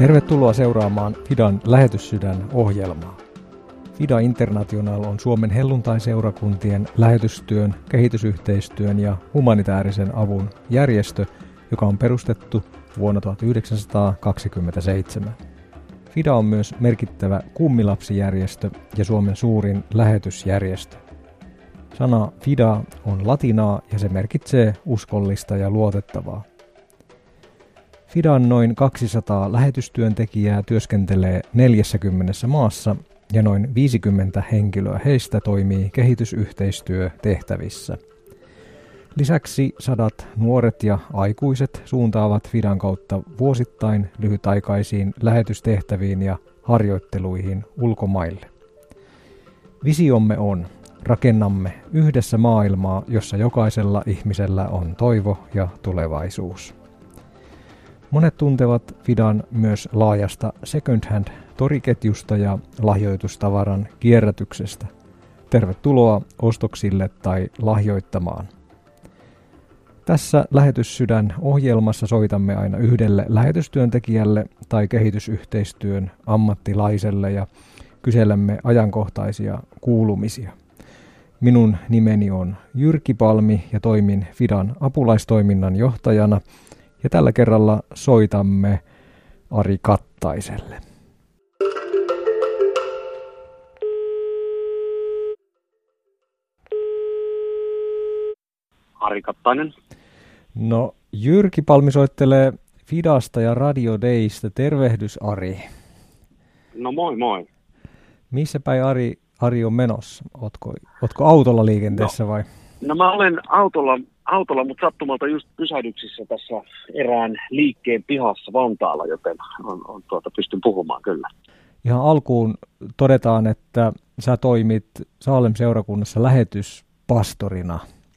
Tervetuloa seuraamaan Fidan Lähetyssydän-ohjelmaa. Fida International on Suomen helluntaiseurakuntien lähetystyön, kehitysyhteistyön ja humanitaarisen avun järjestö, joka on perustettu vuonna 1927. Fida on myös merkittävä kummilapsijärjestö ja Suomen suurin lähetysjärjestö. Sana Fida on latinaa ja se merkitsee uskollista ja luotettavaa. Fidan noin 200 lähetystyöntekijää työskentelee 40 maassa ja noin 50 henkilöä heistä toimii kehitysyhteistyötehtävissä. Lisäksi 100 nuoret ja aikuiset suuntaavat Fidan kautta vuosittain lyhytaikaisiin lähetystehtäviin ja harjoitteluihin ulkomaille. Visiomme on: rakennamme yhdessä maailmaa, jossa jokaisella ihmisellä on toivo ja tulevaisuus. Monet tuntevat Fidan myös laajasta second-hand toriketjusta ja lahjoitustavaran kierrätyksestä. Tervetuloa ostoksille tai lahjoittamaan. Tässä Lähetyssydän-ohjelmassa soitamme aina yhdelle lähetystyöntekijälle tai kehitysyhteistyön ammattilaiselle ja kyselemme ajankohtaisia kuulumisia. Minun nimeni on Jyrki Palmi ja toimin Fidan apulaistoiminnan johtajana. Ja tällä kerralla soitamme Ari Kattaiselle. Ari Kattainen. No, Jyrki Palmi soittelee Fidasta ja Radio Daystä. Tervehdys, Ari. No moi moi. Missä päin Ari on menossa? Ootko autolla liikenteessä vai? No mä olen autolla, mutta sattumalta just pysähdyksissä tässä erään liikkeen pihassa Vantaalla, joten pystyn puhumaan kyllä. Ihan alkuun todetaan, että sä toimit Saalem-seurakunnassa lähetyspastorina.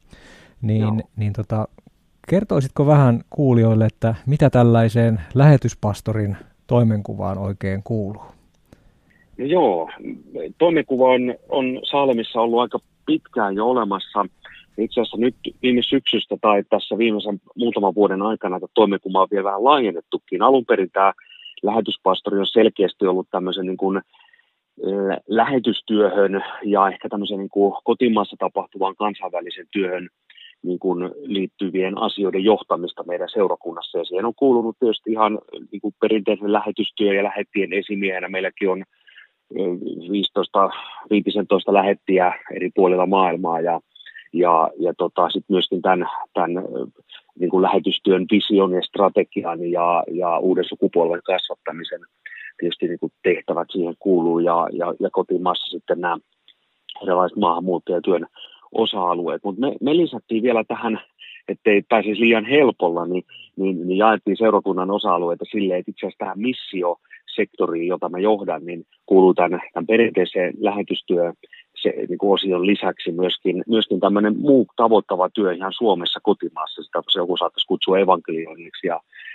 Kertoisitko vähän kuulijoille, että mitä tällaiseen lähetyspastorin toimenkuvaan oikein kuuluu? No joo, toimenkuva on Saalemissa ollut aika pitkään jo olemassa. Itse asiassa nyt viime syksystä tai tässä viimeisen muutaman vuoden aikana tätä toimenkuvaa on vielä vähän laajennettukin. Alun perin tämä lähetyspastori on selkeästi ollut tämmöisen niin kuin lähetystyöhön ja ehkä tämmöisen niin kuin kotimaassa tapahtuvaan kansainvälisen työhön niin kuin liittyvien asioiden johtamista meidän seurakunnassa. Ja siihen on kuulunut tietysti ihan niin kuin perinteisen lähetystyö ja lähettien esimiehenä. Meilläkin on 15 lähettiä eri puolilla maailmaa ja sitten myöskin tämän niin kuin lähetystyön vision ja strategian ja uuden sukupolven kasvattamisen tietysti niin kuin tehtävät siihen kuuluu ja kotimaassa sitten nämä erilaiset maahanmuuttajatyön osa-alueet. Mutta me lisättiin vielä tähän, ettei pääsisi liian helpolla, niin jaettiin seurakunnan osa-alueita silleen, että itse asiassa tähän missiosektoriin, jota mä johdan, niin kuuluu tämän perinteiseen lähetystyö niin kuin osion lisäksi myöskin tämmöinen muu tavoittava työ ihan Suomessa kotimaassa, sitä joku saattaisi kutsua evankelioinniksi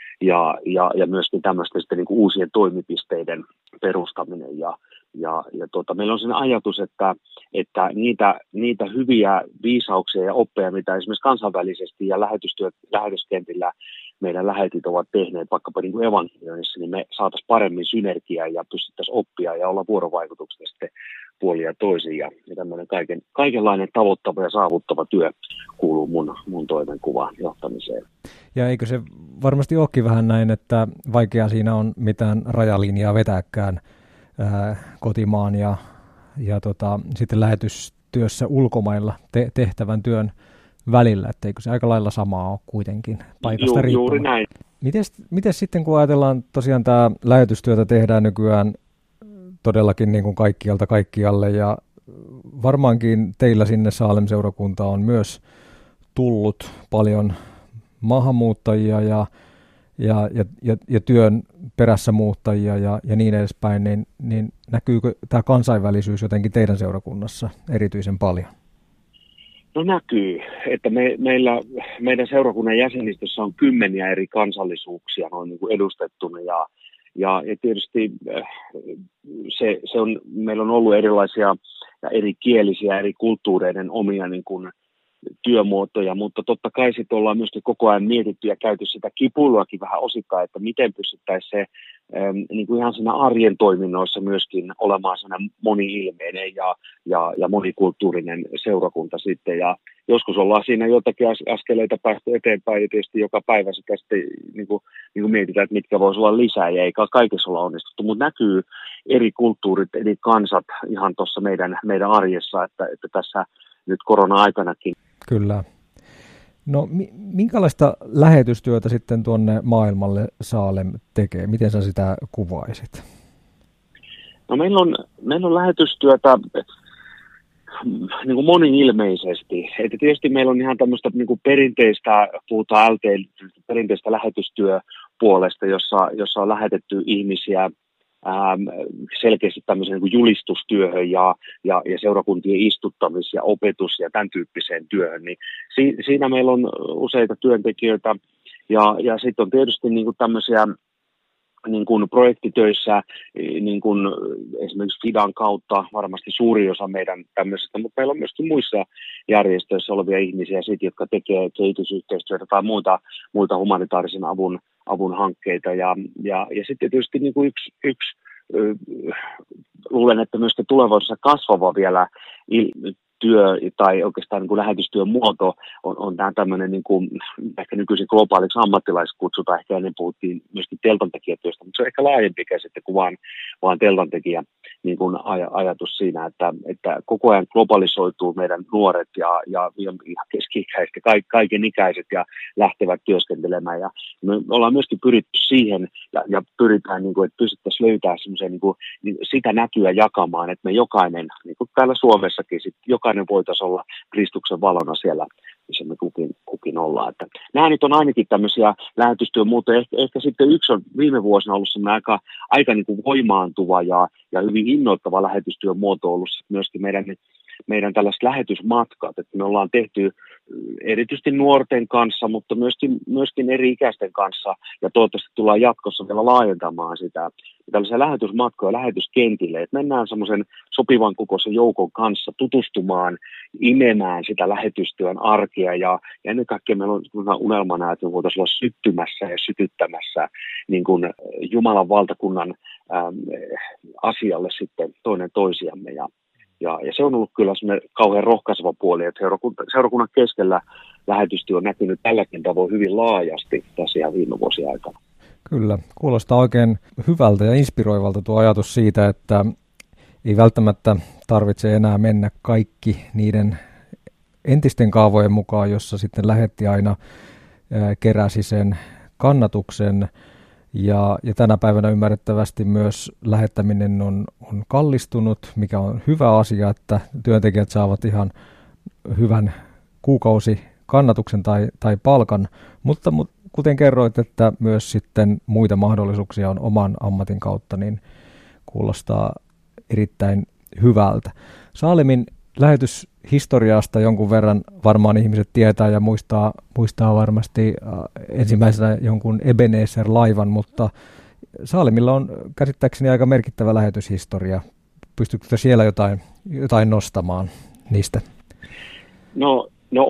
ja myöskin tämmöistä sitten niin kuin uusien toimipisteiden perustaminen meillä on sen ajatus, että niitä hyviä viisauksia ja oppeja, mitä esimerkiksi kansainvälisesti ja lähetyskentillä meidän lähetit ovat tehneet vaikkapa niin kuin evankelioinnissa, niin me saataisiin paremmin synergiaa ja pystyttäisiin oppia ja olla vuorovaikutuksessa sitten puolin ja toisin. Ja tämmöinen kaikenlainen tavoittava ja saavuttava työ kuuluu mun toimenkuvaan johtamiseen. Ja eikö se varmasti olekin vähän näin, että vaikea siinä on mitään rajalinjaa vetääkään kotimaan ja sitten lähetystyössä ulkomailla tehtävän työn välillä, että eikö se aika lailla samaa ole kuitenkin paikasta riippuen. Juuri näin. Miten sitten, kun ajatellaan tosiaan tämä lähetystyötä tehdään nykyään todellakin niin kuin kaikkialta kaikkialle ja varmaankin teillä sinne Saalem-seurakunta on myös tullut paljon maahanmuuttajia ja työn perässä muuttajia ja niin edespäin, niin näkyykö tämä kansainvälisyys jotenkin teidän seurakunnassa erityisen paljon? No näkyy, että meidän seurakunnan jäsenistössä on 10 eri kansallisuuksia noin niin kuin edustettuna ja tietysti meillä on ollut erilaisia ja eri kielisiä, eri kulttuureiden omia niin kuin työmuotoja, mutta totta kai sitten ollaan myöskin koko ajan mietitty ja käyty sitä kipuiluakin vähän osittain, että miten pystyttäisiin se niin kuin ihan siinä arjen toiminnoissa myöskin olemaan sellainen moni-ilmeinen ja monikulttuurinen seurakunta sitten. Ja joskus ollaan siinä jotakin askeleita päästy eteenpäin ja tietysti joka päivä sitä sitten niin kuin mietitään, että mitkä voisi olla lisää ja eikä kaikessa olla onnistuttu, mutta näkyy eri kulttuurit, eri kansat ihan tuossa meidän arjessa, että tässä nyt korona-aikanakin. Kyllä. No minkälaista lähetystyötä sitten tuonne maailmalle Salem tekee? Miten sä sitä kuvaisit? No meillä on lähetystyötä niin kuin moni-ilmeisesti. Että tietysti meillä on ihan tämmöistä niin kuin perinteistä, puhutaan perinteistä lähetystyöpuolesta, jossa on lähetetty ihmisiä selkeästi tämmöiseen niin kuin julistustyöhön ja seurakuntien istuttamis- ja opetus- ja tämän tyyppiseen työhön. Niin siinä meillä on useita työntekijöitä ja sitten on tietysti niin kuin tämmöisiä niin kuin projektitöissä, niin kuin esimerkiksi FIDAn kautta varmasti suuri osa meidän tämmöisestä, mutta meillä on myöskin muissa järjestöissä olevia ihmisiä, jotka tekee kehitysyhteistyötä tai muita humanitaarisen avun hankkeita. Ja sitten tietysti niin kuin yksi luulen, että myöskin tulevaisuudessa kasvava vielä työ tai oikeastaan niin kuin lähetystyön muoto on tämä tämmöinen niin kuin, ehkä nykyisin globaaliksi ammattilaiseksi kutsutaan, ehkä ennen puhuttiin myöskin teltantekijätyöstä, mutta se on ehkä laajempi käsite kuin vaan teltantekijä niin kuin ajatus siinä, että koko ajan globalisoituu meidän nuoret ja keski-ikäiset ja kaiken ikäiset ja lähtevät työskentelemään ja me ollaan myöskin pyritty siihen ja pyritään, niin kuin, että pystyttäisiin löytämään semmoisen niin kuin, sitä näkyä jakamaan, että me jokainen, niin kuin täällä Suomessakin, jokainen voitaisiin olla Kristuksen valona siellä, missä me kukin ollaan. Että nämä nyt on ainakin tämmöisiä lähetystyön muotoja. Ehkä sitten yksi on viime vuosina ollut semmoinen aika niin kuin voimaantuva ja hyvin innoittava lähetystyön muoto ollut myöskin meidän tällaiset lähetysmatkat, että me ollaan tehty erityisesti nuorten kanssa, mutta myöskin eri ikäisten kanssa, ja toivottavasti tullaan jatkossa vielä laajentamaan sitä, tällaisia lähetysmatkoja lähetyskentille, että mennään semmoisen sopivan kokoisen joukon kanssa tutustumaan, imemään sitä lähetystyön arkea, ja ennen kaikkea meillä on unelmana, että me voitaisiin olla syttymässä ja sytyttämässä niin kuin Jumalan valtakunnan asialle sitten toinen toisiamme, ja se on ollut kyllä semmoinen kauhean rohkaiseva puoli, että seurakunnan keskellä lähetystyö on näkynyt tälläkin tavoin hyvin laajasti tässä ihan viime vuosien aikana. Kyllä, kuulostaa oikein hyvältä ja inspiroivalta tuo ajatus siitä, että ei välttämättä tarvitse enää mennä kaikki niiden entisten kaavojen mukaan, jossa sitten lähetti aina keräsi sen kannatuksen. Ja tänä päivänä ymmärrettävästi myös lähettäminen on kallistunut, mikä on hyvä asia, että työntekijät saavat ihan hyvän kuukausikannatuksen tai palkan, mutta kuten kerroit, että myös sitten muita mahdollisuuksia on oman ammatin kautta, niin kuulostaa erittäin hyvältä. Salemin lähetyshistoriasta jonkun verran varmaan ihmiset tietää ja muistaa varmasti ensimmäisenä jonkun Ebenezer-laivan, mutta Salemilla on käsittääkseni aika merkittävä lähetyshistoria. Pystytkö siellä jotain nostamaan niistä? No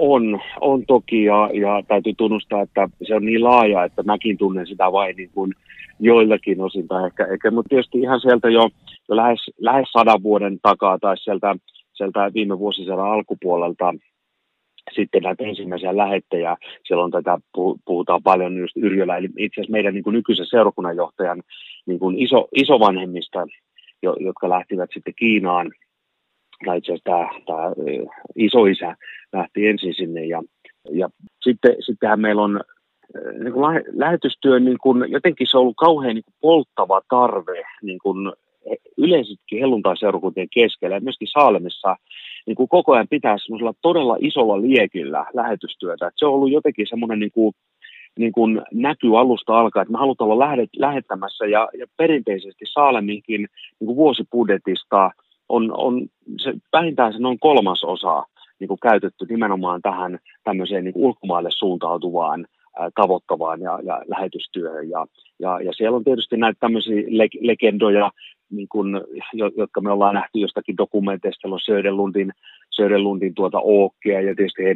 on toki ja täytyy tunnustaa, että se on niin laaja, että mäkin tunnen sitä vain niin kuin joillakin osin tai ehkä, mutta tietysti ihan sieltä jo lähes 100 vuoden takaa tai sieltä viime vuosisadan alkupuolelta sitten näitä ensimmäisiä lähettejä. Siellä on puhutaan paljon just Yrjölä, eli itse asiassa meidän niin kuin nykyisen seurakunnanjohtajan niin kuin isovanhemmista, jotka lähtivät sitten Kiinaan. Tai itse asiassa tämä isoisä lähti ensin sinne ja sittenhän meillä on niin kuin lähetystyön, niin kuin, jotenkin se on ollut kauhean niin kuin polttava tarve niin kuin yleisestikin helluntaiseurakuntien keskellä ja myöskin Salemissa niin kuin koko ajan pitää semmoisella todella isolla liekillä lähetystyötä. Et se on ollut jotenkin semmoinen niin kuin näky alusta alkaen, että me halutaan olla lähettämässä ja perinteisesti Saleminkin niin kuin vuosibudjetista on se, vähintään se noin 1/3 niin kuin käytetty nimenomaan tähän tämmöiseen niin kuin ulkomaille suuntautuvaan tavoittavaan ja lähetystyöhön. Ja siellä on tietysti näitä tämmöisiä legendoja, niin kuin, jotka me ollaan nähty jostakin dokumenteista, on Söderlundin Åkea ja tietysti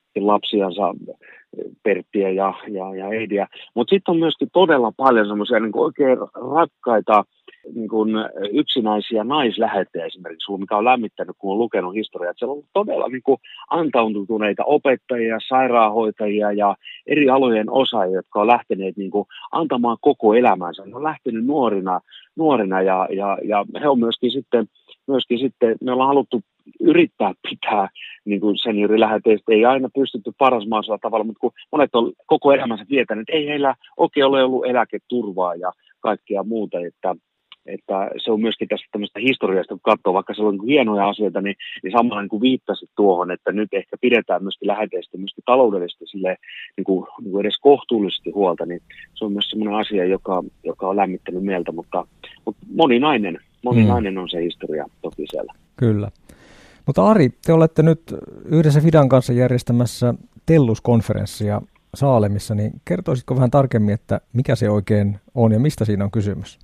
lapsiansa, Perttiä ja Eidiä. Mutta sitten on myöskin todella paljon semmoisia niin oikein rakkaita niin kuin yksinäisiä naislähettejä esimerkiksi, mikä on lämmittänyt, kun on lukenut historiaa. Siellä on todella niin kuin antautuneita opettajia, sairaanhoitajia ja eri alojen osaajia, jotka on lähteneet niin kuin antamaan koko elämänsä. Ne on lähtenyt nuorina ja he on myöskin sitten me ollaan haluttu yrittää pitää niin kuin senioriläheteistä, ei aina pystytty paras mahdollisella tavalla, mutta kun monet on koko elämänsä vietänyt, ei heillä oikein ole ollut eläketurvaa ja kaikkea muuta, että se on myöskin tästä tämmöistä historiasta, kun katsoo, vaikka se on niin hienoja asioita, niin samalla niin kuin viittasit tuohon, että nyt ehkä pidetään myöskin läheteistä, myöskin taloudellisesti silleen, niin kuin edes kohtuullisesti huolta, niin se on myös semmoinen asia, joka on lämmittänyt mieltä, mutta moninainen on se historia toki siellä. Kyllä. Mutta Ari, te olette nyt yhdessä Fidan kanssa järjestämässä Tellus-konferenssia Saalemissa, niin kertoisitko vähän tarkemmin, että mikä se oikein on ja mistä siinä on kysymys?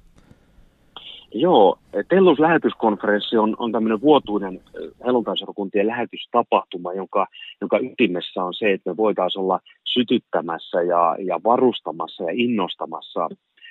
Joo, Tellus-lähetyskonferenssi on tämmöinen vuotuinen helluntaiseurakuntien lähetystapahtuma, jonka ytimessä on se, että me voitaisiin olla sytyttämässä ja varustamassa ja innostamassa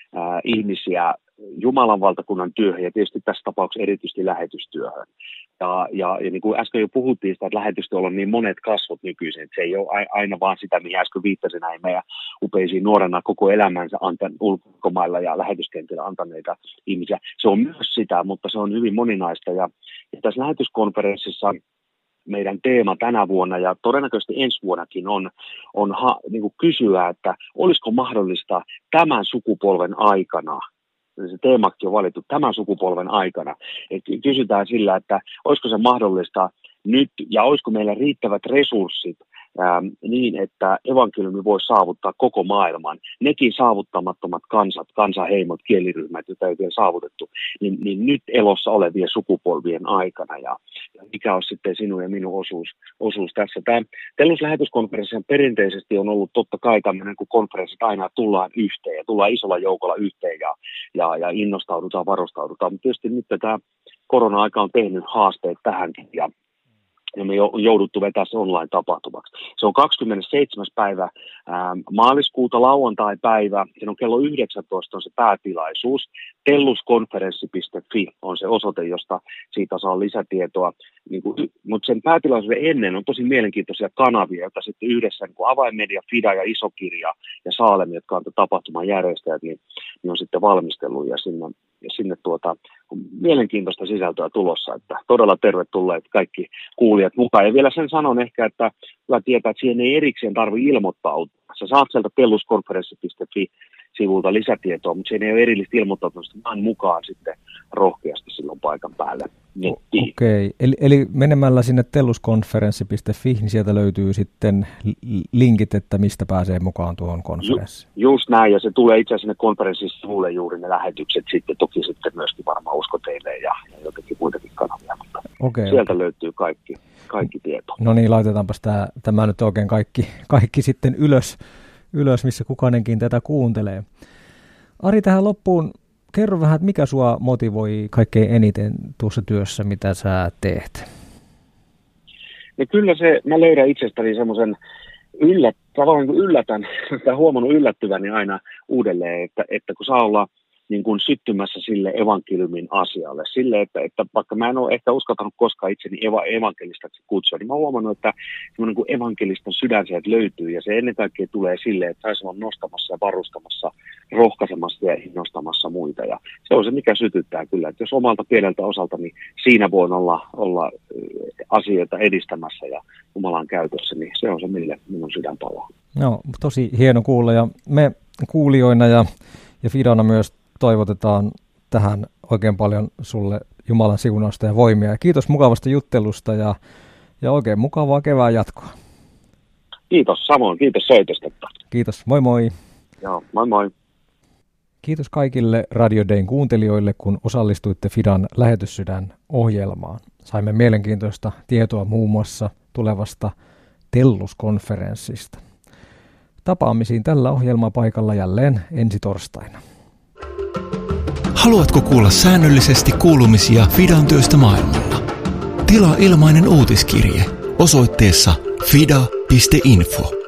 ihmisiä Jumalan valtakunnan työhön ja tietysti tässä tapauksessa erityisesti lähetystyöhön. Ja niin kuin äsken jo puhuttiin sitä, että lähetystyöllä on niin monet kasvot nykyisin, että se ei ole aina vaan sitä, mihin äsken viittasin näin meidän upeisiin nuorena koko elämänsä ulkomailla ja lähetyskentillä antaneita ihmisiä. Se on myös sitä, mutta se on hyvin moninaista ja tässä lähetyskonferenssissa meidän teema tänä vuonna ja todennäköisesti ensi vuonnakin on niin kuin kysyä, että olisiko mahdollista tämän sukupolven aikana, se teemakin on valittu tämän sukupolven aikana, että kysytään sillä, että olisiko se mahdollista nyt ja olisiko meillä riittävät resurssit niin, että evankeliumi voi saavuttaa koko maailman. Nekin saavuttamattomat kansat, kansaheimot, kieliryhmät, joita ei vielä saavutettu, niin nyt elossa olevien sukupolvien aikana. Ja mikä on sitten sinun ja minun osuus tässä. Tämä Tellus-lähetyskonferenssi perinteisesti on ollut totta kai tämmöinen, kun konferenssit aina tullaan yhteen ja tullaan isolla joukolla yhteen ja innostaudutaan, varustaudutaan. Mutta tietysti nyt tämä korona-aika on tehnyt haasteet tähänkin ja me on jouduttu vetämään se online-tapahtumaksi. Se on 27. päivä maaliskuuta, lauantai-päivä. Siinä on kello 19 on se päätilaisuus. telluskonferenssi.fi on se osoite, josta siitä saa lisätietoa. Mutta sen päätilaisuuden ennen on tosi mielenkiintoisia kanavia, joita sitten yhdessä niin kuin Avainmedia, Fida ja Isokirja ja Saalem, jotka on tapahtuman järjestäjät, niin on sitten valmistellut ja sinne on mielenkiintoista sisältöä tulossa, että todella tervetulleet kaikki kuulijat mukaan. Ja vielä sen sanon ehkä, että hyvä tietää, että siihen ei erikseen tarvitse ilmoittautua. Sä saat sieltä telluskonferenssi.fi-sivulta lisätietoa, mutta siinä ei ole erillistä ilmoittautumista, vaan mukaan sitten rohkeasti silloin paikan päälle nettiin. Okei, eli menemällä sinne telluskonferenssi.fi, niin sieltä löytyy sitten linkit, että mistä pääsee mukaan tuohon konferenssiin. Just näin, ja se tulee itse asiassa sinne konferenssissivuille juuri ne lähetykset sitten, toki sitten myöskin varmaan uskoteille ja jotenkin muitakin kanavia, mutta sieltä löytyy kaikki tieto. No niin, laitetaanpas tämä nyt oikein kaikki sitten ylös, missä kukainenkin tätä kuuntelee. Ari, tähän loppuun kerro vähän, että mikä sua motivoi kaikkein eniten tuossa työssä, mitä sä teet? Ja kyllä mä löydän itsestäni semmoisen yllätän, tai huomannut yllättyväni aina uudelleen, että kun saa olla niin kuin syttymässä sille evankeliumin asialle, sille, että vaikka mä en ole ehkä uskaltanut koskaan itseni evankelistaksi kutsua, niin mä oon huomannut, että semmoinen kuin evankelistan sydän sieltä löytyy, ja se ennen kaikkea tulee silleen, että saisi olla nostamassa ja varustamassa, rohkaisemassa ja innostamassa muita, ja se on se, mikä sytyttää kyllä, että jos omalta pieneltä osalta, niin siinä voin olla asioita edistämässä ja Jumalan käytössä, niin se on se, mille minun sydän palaa. No, tosi hieno kuulla, ja me kuulijoina ja Fidana myös toivotetaan tähän oikein paljon sulle Jumalan siunausta ja voimia. Ja kiitos mukavasta juttelusta ja oikein mukavaa kevään jatkoa. Kiitos samoin. Kiitos soitosta. Kiitos. Moi moi. Joo, moi moi. Kiitos kaikille Radio Dayn kuuntelijoille, kun osallistuitte Fidan Lähetyssydän-ohjelmaan. Saimme mielenkiintoista tietoa muun muassa tulevasta Tellus-konferenssista. Tapaamisiin tällä ohjelmapaikalla jälleen ensi torstaina. Haluatko kuulla säännöllisesti kuulumisia Fidan työstä maailmalla? Tilaa ilmainen uutiskirje osoitteessa fida.fi. Salem.info.